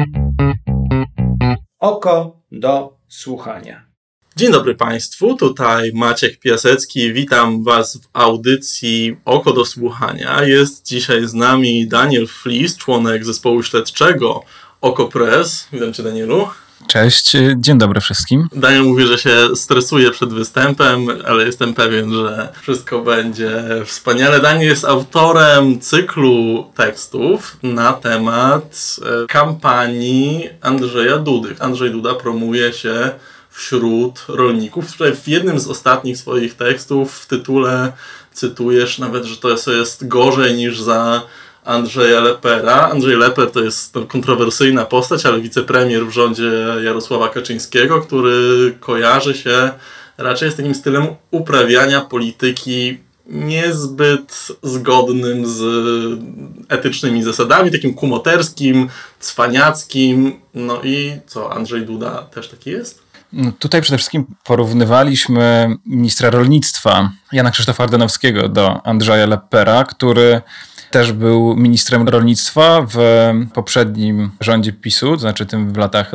Oko do słuchania. Dzień dobry Państwu, tutaj Maciek Piasecki, witam Was w audycji Oko do słuchania. Jest dzisiaj z nami Daniel Flis, członek zespołu śledczego OKO.press. Witam Cię, Danielu. Cześć, dzień dobry wszystkim. Daniel mówi, że się stresuje przed występem, ale jestem pewien, że wszystko będzie wspaniale. Daniel jest autorem cyklu tekstów na temat kampanii Andrzeja Dudy. Andrzej Duda promuje się wśród rolników. W jednym z ostatnich swoich tekstów w tytule cytujesz nawet, że to jest gorzej niż za Andrzeja Lepera. Andrzej Leper to jest kontrowersyjna postać, ale wicepremier w rządzie Jarosława Kaczyńskiego, który kojarzy się raczej z takim stylem uprawiania polityki niezbyt zgodnym z etycznymi zasadami, takim kumoterskim, cwaniackim. No i co, Andrzej Duda też taki jest? No tutaj przede wszystkim porównywaliśmy ministra rolnictwa Jana Krzysztofa Ardanowskiego do Andrzeja Lepera, który też był ministrem rolnictwa w poprzednim rządzie PiS-u, to znaczy tym w latach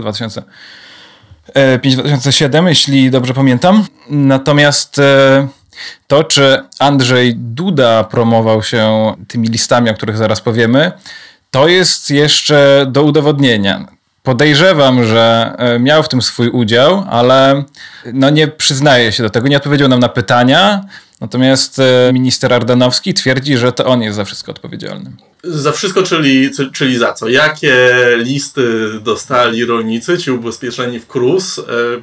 2005-2007, jeśli dobrze pamiętam. Natomiast to, czy Andrzej Duda promował się tymi listami, o których zaraz powiemy, to jest jeszcze do udowodnienia. Podejrzewam, że miał w tym swój udział, ale nie przyznaje się do tego, nie odpowiedział nam na pytania. Natomiast minister Ardanowski twierdzi, że to on jest za wszystko odpowiedzialny. Za wszystko, czyli za co? Jakie listy dostali rolnicy, ci ubezpieczeni w KRUS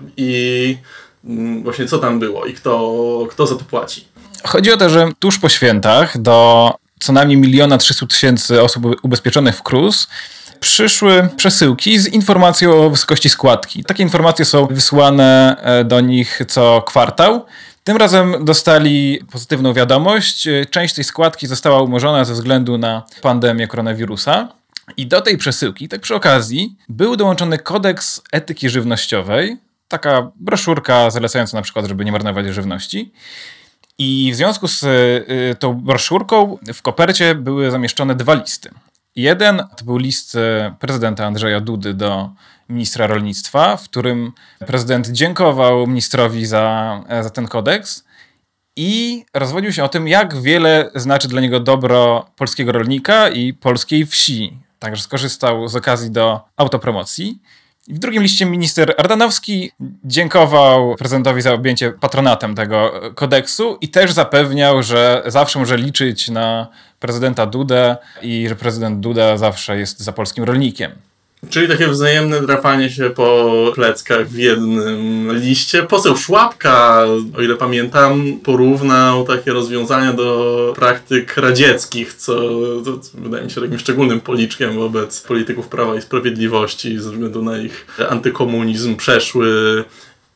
i właśnie co tam było i kto za to płaci? Chodzi o to, że tuż po świętach do co najmniej 1 300 000 osób ubezpieczonych w KRUS przyszły przesyłki z informacją o wysokości składki. Takie informacje są wysłane do nich co kwartał. Tym razem dostali pozytywną wiadomość. Część tej składki została umorzona ze względu na pandemię koronawirusa. I do tej przesyłki, tak przy okazji, był dołączony kodeks etyki żywnościowej. Taka broszurka zalecająca na przykład, żeby nie marnować żywności. I w związku z tą broszurką w kopercie były zamieszczone 2 listy. Jeden to był list prezydenta Andrzeja Dudy do ministra rolnictwa, w którym prezydent dziękował ministrowi za ten kodeks i rozwodził się o tym, jak wiele znaczy dla niego dobro polskiego rolnika i polskiej wsi. Także skorzystał z okazji do autopromocji. W drugim liście minister Ardanowski dziękował prezydentowi za objęcie patronatem tego kodeksu i też zapewniał, że zawsze może liczyć na prezydenta Dudę i że prezydent Duda zawsze jest za polskim rolnikiem. Czyli takie wzajemne drapanie się po pleckach w jednym liście. Poseł Szłapka, o ile pamiętam, porównał takie rozwiązania do praktyk radzieckich, co wydaje mi się takim szczególnym policzkiem wobec polityków Prawa i Sprawiedliwości ze względu na ich antykomunizm przeszły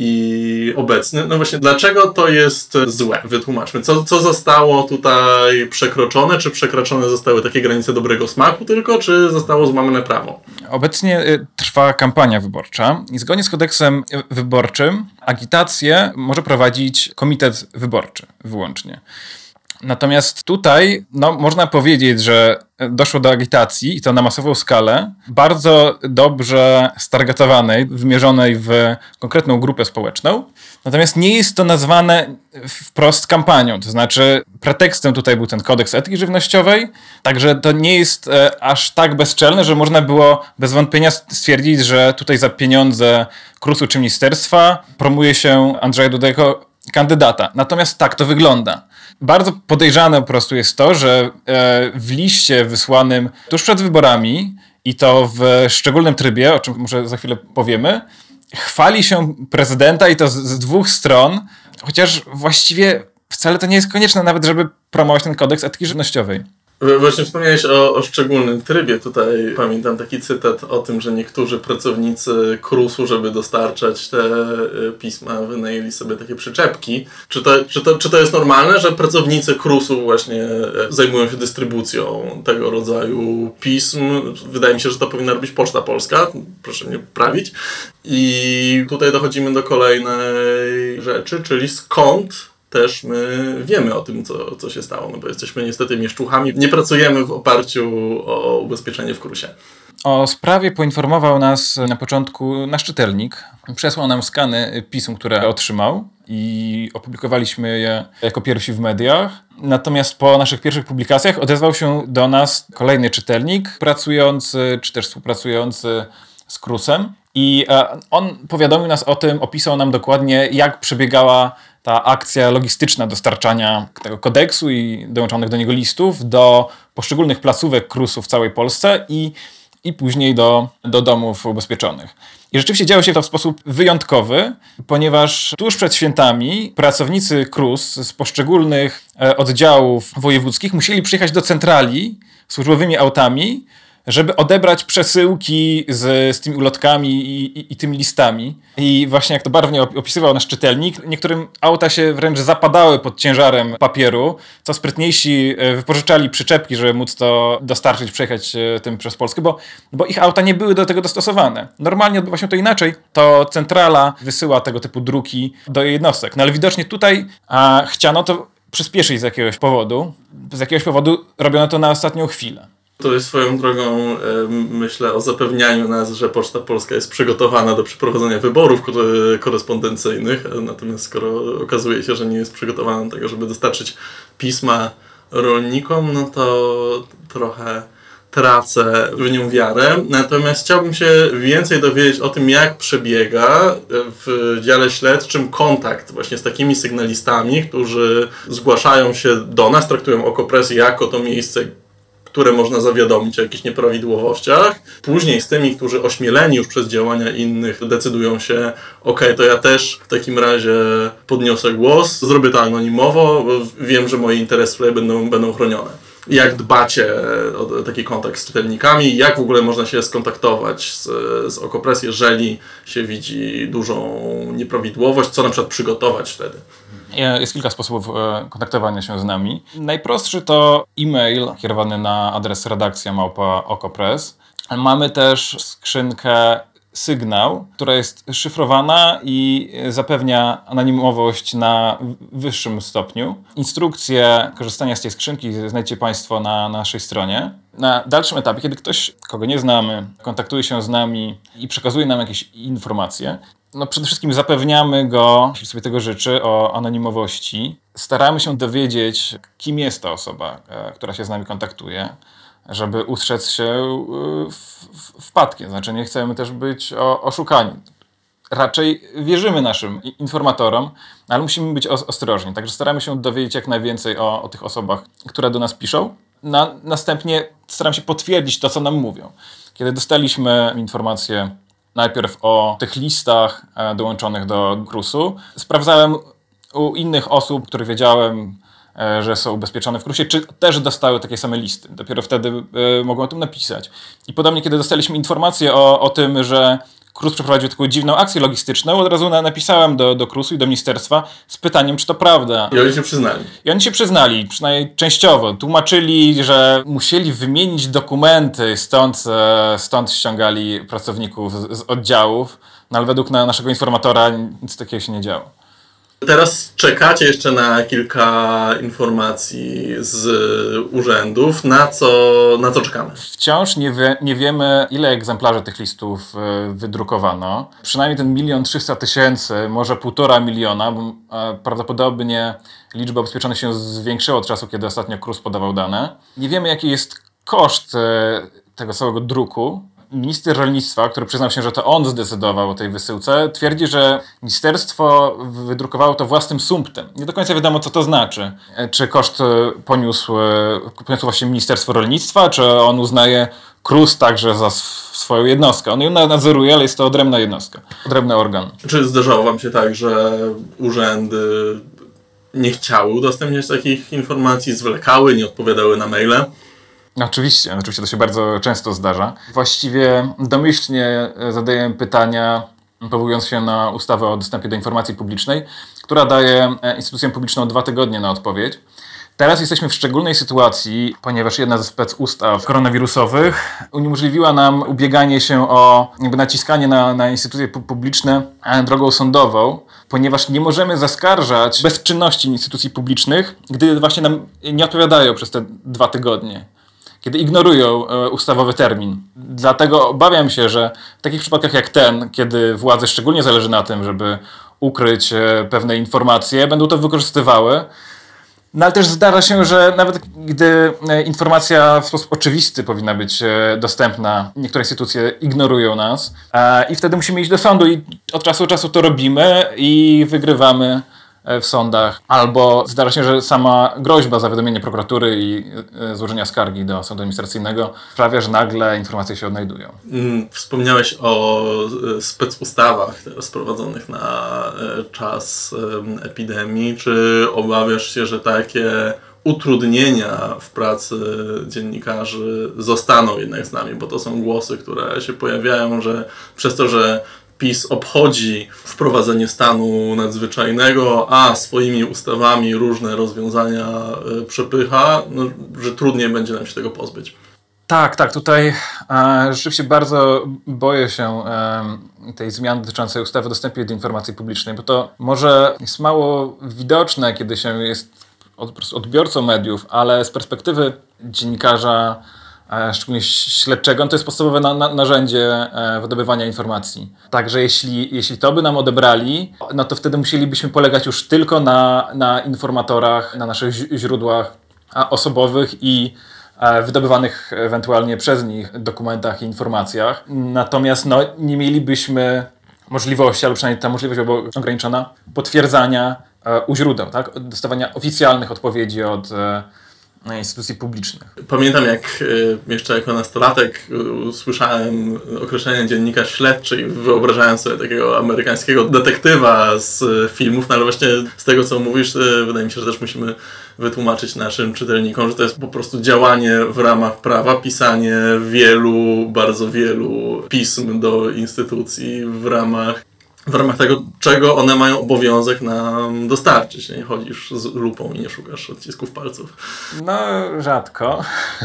i obecny. No właśnie, dlaczego to jest złe? Wytłumaczmy. Co zostało tutaj przekroczone? Czy przekroczone zostały takie granice dobrego smaku tylko, czy zostało złamane prawo? Obecnie trwa kampania wyborcza i zgodnie z kodeksem wyborczym agitację może prowadzić komitet wyborczy wyłącznie. Natomiast tutaj można powiedzieć, że doszło do agitacji i to na masową skalę, bardzo dobrze stargetowanej, wymierzonej w konkretną grupę społeczną. Natomiast nie jest to nazwane wprost kampanią, to znaczy pretekstem tutaj był ten kodeks etyki żywnościowej, także to nie jest aż tak bezczelne, że można było bez wątpienia stwierdzić, że tutaj za pieniądze KRUS-u czy ministerstwa promuje się Andrzeja Dudę jako kandydata. Natomiast tak to wygląda. Bardzo podejrzane po prostu jest to, że w liście wysłanym tuż przed wyborami i to w szczególnym trybie, o czym może za chwilę powiemy, chwali się prezydenta i to z 2 stron, chociaż właściwie wcale to nie jest konieczne nawet, żeby promować ten kodeks etyki żywnościowej. Właśnie wspomniałeś o szczególnym trybie. Tutaj pamiętam taki cytat o tym, że niektórzy pracownicy KRUS-u, żeby dostarczać te pisma, wynajęli sobie takie przyczepki. Czy to jest normalne, że pracownicy KRUS-u właśnie zajmują się dystrybucją tego rodzaju pism? Wydaje mi się, że to powinna robić Poczta Polska. Proszę mnie poprawić. I tutaj dochodzimy do kolejnej rzeczy, czyli skąd też my wiemy o tym, co się stało, no bo jesteśmy niestety mieszczuchami, nie pracujemy w oparciu o ubezpieczenie w KRUS-ie. O sprawie poinformował nas na początku nasz czytelnik. Przesłał nam skany pism, które otrzymał i opublikowaliśmy je jako pierwsi w mediach. Natomiast po naszych pierwszych publikacjach odezwał się do nas kolejny czytelnik pracujący, czy też współpracujący z KRUS-em. I on powiadomił nas o tym, opisał nam dokładnie, jak przebiegała ta akcja logistyczna dostarczania tego kodeksu i dołączonych do niego listów do poszczególnych placówek KRUS-u w całej Polsce i później do domów ubezpieczonych. I rzeczywiście działo się to w sposób wyjątkowy, ponieważ tuż przed świętami pracownicy KRUS z poszczególnych oddziałów wojewódzkich musieli przyjechać do centrali służbowymi autami, żeby odebrać przesyłki z tymi ulotkami i tymi listami. I właśnie jak to barwnie opisywał nasz czytelnik, niektórym auta się wręcz zapadały pod ciężarem papieru, co sprytniejsi wypożyczali przyczepki, żeby móc to dostarczyć, przejechać tym przez Polskę, bo ich auta nie były do tego dostosowane. Normalnie odbywa się to inaczej. To centrala wysyła tego typu druki do jednostek. No ale widocznie tutaj chciano to przyspieszyć z jakiegoś powodu. Z jakiegoś powodu robiono to na ostatnią chwilę. To jest swoją drogą, myślę, o zapewnianiu nas, że Poczta Polska jest przygotowana do przeprowadzenia wyborów korespondencyjnych, natomiast skoro okazuje się, że nie jest przygotowana do tego, żeby dostarczyć pisma rolnikom, no to trochę tracę w nią wiarę. Natomiast chciałbym się więcej dowiedzieć o tym, jak przebiega w dziale śledczym kontakt właśnie z takimi sygnalistami, którzy zgłaszają się do nas, traktują Okopres jako to miejsce, które można zawiadomić o jakichś nieprawidłowościach. Później z tymi, którzy ośmieleni już przez działania innych decydują się, to ja też w takim razie podniosę głos, zrobię to anonimowo, bo wiem, że moje interesy tutaj będą chronione. Jak dbacie o taki kontakt z czytelnikami? Jak w ogóle można się skontaktować z Okopres, jeżeli się widzi dużą nieprawidłowość? Co na przykład przygotować wtedy? Jest kilka sposobów kontaktowania się z nami. Najprostszy to e-mail kierowany na adres redakcja@okopres. Mamy też skrzynkę Sygnał, która jest szyfrowana i zapewnia anonimowość na wyższym stopniu. Instrukcje korzystania z tej skrzynki znajdziecie Państwo na naszej stronie. Na dalszym etapie, kiedy ktoś, kogo nie znamy, kontaktuje się z nami i przekazuje nam jakieś informacje, przede wszystkim zapewniamy go, jeśli sobie tego życzy, o anonimowości. Staramy się dowiedzieć, kim jest ta osoba, która się z nami kontaktuje, żeby ustrzec się wpadkiem. Znaczy nie chcemy też być oszukani. Raczej wierzymy naszym informatorom, ale musimy być ostrożni. Także staramy się dowiedzieć jak najwięcej o tych osobach, które do nas piszą. Następnie staram się potwierdzić to, co nam mówią. Kiedy dostaliśmy informację najpierw o tych listach dołączonych do KRUS-u, sprawdzałem u innych osób, których wiedziałem, że są ubezpieczone w KRUS-ie, czy też dostały takie same listy. Dopiero wtedy mogą o tym napisać. I podobnie, kiedy dostaliśmy informację o tym, że KRUS przeprowadził taką dziwną akcję logistyczną, od razu napisałem do KRUS-u i do ministerstwa z pytaniem, czy to prawda. I oni się przyznali. I oni się przyznali, przynajmniej częściowo. Tłumaczyli, że musieli wymienić dokumenty, stąd ściągali pracowników z oddziałów, ale według naszego informatora nic takiego się nie działo. Teraz czekacie jeszcze na kilka informacji z urzędów. Na co czekamy? Wciąż nie wiemy, ile egzemplarzy tych listów wydrukowano. Przynajmniej ten 1 300 000, może 1,5 miliona, bo prawdopodobnie liczba ubezpieczonych się zwiększyła od czasu, kiedy ostatnio KRUS podawał dane. Nie wiemy, jaki jest koszt tego całego druku. Minister rolnictwa, który przyznał się, że to on zdecydował o tej wysyłce, twierdzi, że ministerstwo wydrukowało to własnym sumptem. Nie do końca wiadomo, co to znaczy. Czy koszt poniósł właśnie Ministerstwo Rolnictwa, czy on uznaje KRUS także za swoją jednostkę. On ją nadzoruje, ale jest to odrębna jednostka, odrębny organ. Czy zdarzało wam się tak, że urzędy nie chciały udostępniać takich informacji, zwlekały, nie odpowiadały na maile? Oczywiście to się bardzo często zdarza. Właściwie domyślnie zadajemy pytania, powołując się na ustawę o dostępie do informacji publicznej, która daje instytucjom publiczną 2 tygodnie na odpowiedź. Teraz jesteśmy w szczególnej sytuacji, ponieważ jedna ze specustaw koronawirusowych uniemożliwiła nam ubieganie się o naciskanie na instytucje publiczne drogą sądową, ponieważ nie możemy zaskarżać bezczynności instytucji publicznych, gdy właśnie nam nie odpowiadają przez te 2 tygodnie. kiedy ignorują ustawowy termin. Dlatego obawiam się, że w takich przypadkach jak ten, kiedy władzy szczególnie zależy na tym, żeby ukryć pewne informacje, będą to wykorzystywały. No ale też zdarza się, że nawet gdy informacja w sposób oczywisty powinna być dostępna, niektóre instytucje ignorują nas i wtedy musimy iść do sądu i od czasu do czasu to robimy i wygrywamy w sądach. Albo zdarza się, że sama groźba zawiadomienia prokuratury i złożenia skargi do sądu administracyjnego sprawia, że nagle informacje się odnajdują. Wspomniałeś o specustawach teraz wprowadzonych na czas epidemii. Czy obawiasz się, że takie utrudnienia w pracy dziennikarzy zostaną jednak z nami? Bo to są głosy, które się pojawiają, że przez to, że PiS obchodzi wprowadzenie stanu nadzwyczajnego, a swoimi ustawami różne rozwiązania przepycha, że trudniej będzie nam się tego pozbyć. Tak, tutaj rzeczywiście bardzo boję się tej zmiany dotyczącej ustawy o dostępie do informacji publicznej, bo to może jest mało widoczne, kiedy się jest po prostu odbiorcą mediów, ale z perspektywy dziennikarza, szczególnie śledczego, to jest podstawowe narzędzie wydobywania informacji. Także jeśli to by nam odebrali, no to wtedy musielibyśmy polegać już tylko na informatorach, na naszych źródłach osobowych i wydobywanych ewentualnie przez nich dokumentach i informacjach. Natomiast nie mielibyśmy możliwości, albo przynajmniej ta możliwość była ograniczona, potwierdzania u źródeł, tak? Dostawania oficjalnych odpowiedzi od instytucji publicznych. Pamiętam, jak jeszcze jako nastolatek słyszałem określenie dziennikarz śledczy i wyobrażałem sobie takiego amerykańskiego detektywa z filmów, no ale właśnie z tego, co mówisz, wydaje mi się, że też musimy wytłumaczyć naszym czytelnikom, że to jest po prostu działanie w ramach prawa, pisanie bardzo wielu pism do instytucji w ramach tego, czego one mają obowiązek nam dostarczyć. Nie chodzisz z lupą i nie szukasz odcisków palców. No, rzadko.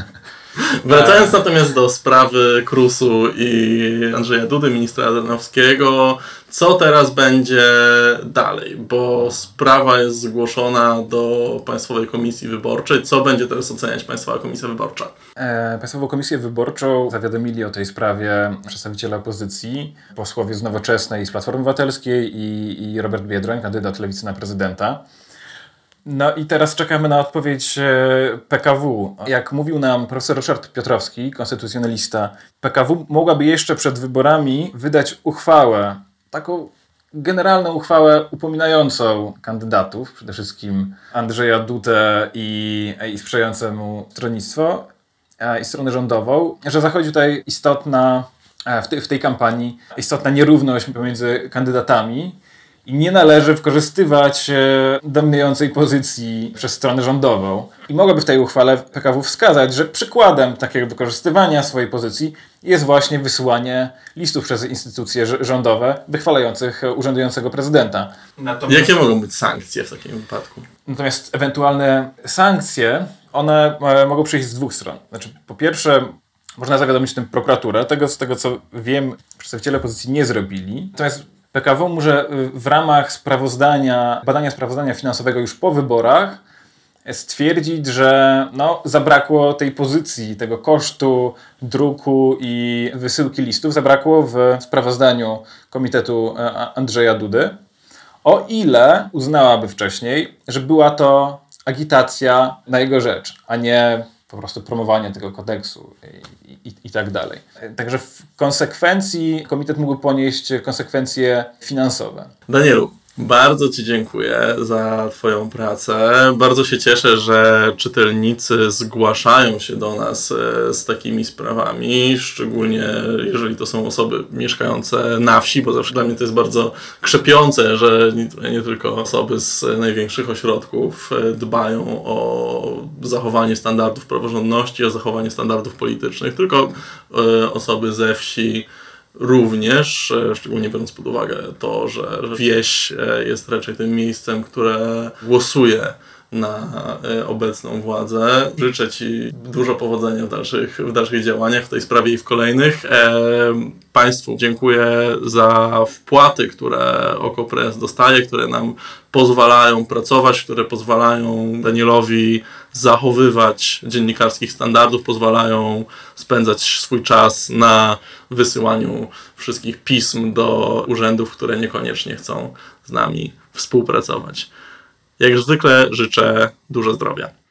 Wracając natomiast do sprawy KRUS-u i Andrzeja Dudy, ministra Ardanowskiego, co teraz będzie dalej? Bo sprawa jest zgłoszona do Państwowej Komisji Wyborczej. Co będzie teraz oceniać Państwowa Komisja Wyborcza? Państwową Komisję Wyborczą zawiadomili o tej sprawie przedstawiciele opozycji, posłowie z Nowoczesnej i z Platformy Obywatelskiej i Robert Biedroń, kandydat Lewicy na prezydenta. No i teraz czekamy na odpowiedź PKW. Jak mówił nam profesor Ryszard Piotrowski, konstytucjonalista, PKW mogłaby jeszcze przed wyborami wydać uchwałę, taką generalną uchwałę upominającą kandydatów, przede wszystkim Andrzeja Dudę i sprzyjające mu stronnictwo i stronę rządową, że zachodzi tutaj w tej kampanii istotna nierówność pomiędzy kandydatami i nie należy wykorzystywać dominującej pozycji przez stronę rządową. I mogłaby w tej uchwale PKW wskazać, że przykładem takiego wykorzystywania swojej pozycji jest właśnie wysyłanie listów przez instytucje rządowe wychwalających urzędującego prezydenta. Jakie mogą być sankcje w takim wypadku? Natomiast ewentualne sankcje, one mogą przyjść z dwóch stron. Znaczy, po pierwsze, można zawiadomić tę prokuraturę. Z tego co wiem, przedstawiciele opozycji nie zrobili. Natomiast PKW może w ramach badania sprawozdania finansowego już po wyborach stwierdzić, że zabrakło tej pozycji, tego kosztu druku i wysyłki listów, zabrakło w sprawozdaniu Komitetu Andrzeja Dudy, o ile uznałaby wcześniej, że była to agitacja na jego rzecz, a nie po prostu promowanie tego kodeksu i tak dalej. Także w konsekwencji komitet mógł ponieść konsekwencje finansowe. Danielu, bardzo Ci dziękuję za Twoją pracę. Bardzo się cieszę, że czytelnicy zgłaszają się do nas z takimi sprawami, szczególnie jeżeli to są osoby mieszkające na wsi, bo zawsze dla mnie to jest bardzo krzepiące, że nie tylko osoby z największych ośrodków dbają o zachowanie standardów praworządności, o zachowanie standardów politycznych, tylko osoby ze wsi również, szczególnie biorąc pod uwagę to, że wieś jest raczej tym miejscem, które głosuje na obecną władzę. Życzę Ci dużo powodzenia w dalszych działaniach w tej sprawie i w kolejnych. Państwu dziękuję za wpłaty, które OKO.press dostaje, które nam pozwalają pracować, które pozwalają Danielowi zachowywać dziennikarskich standardów, pozwalają spędzać swój czas na wysyłaniu wszystkich pism do urzędów, które niekoniecznie chcą z nami współpracować. Jak zwykle życzę dużo zdrowia.